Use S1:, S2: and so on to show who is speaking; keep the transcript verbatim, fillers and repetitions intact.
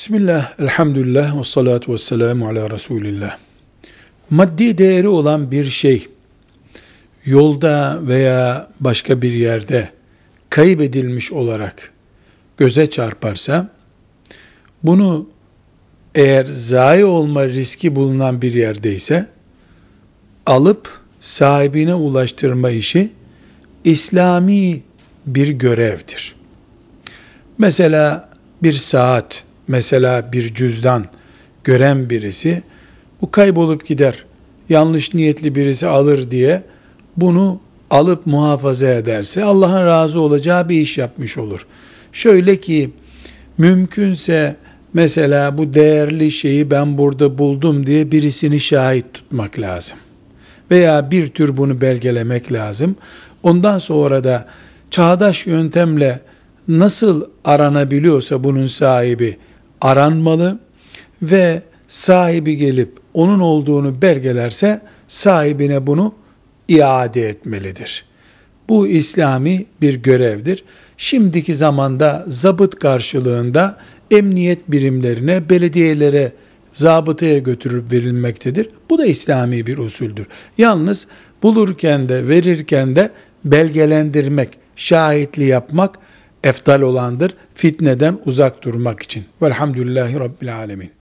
S1: Bismillah, elhamdülillah, ve salatu ve selamu ala Resulillah. Maddi değeri olan bir şey, yolda veya başka bir yerde kaybedilmiş olarak göze çarparsa, bunu eğer zayi olma riski bulunan bir yerdeyse, alıp sahibine ulaştırma işi, İslami bir görevdir. Mesela bir saat, mesela bir cüzdan gören birisi, bu kaybolup gider, yanlış niyetli birisi alır diye bunu alıp muhafaza ederse Allah'ın razı olacağı bir iş yapmış olur. Şöyle ki, mümkünse mesela bu değerli şeyi ben burada buldum diye birisini şahit tutmak lazım. Veya bir tür bunu belgelemek lazım. Ondan sonra da çağdaş yöntemle nasıl aranabiliyorsa bunun sahibi aranmalı ve sahibi gelip onun olduğunu belgelerse sahibine bunu iade etmelidir. Bu İslami bir görevdir. Şimdiki zamanda zabıt karşılığında emniyet birimlerine, belediyelere, zabıtaya götürüp verilmektedir. Bu da İslami bir usuldür. Yalnız bulurken de verirken de belgelendirmek, şahitli yapmak eftal olandır. Fitneden uzak durmak için. Velhamdülillahi Rabbil Alemin.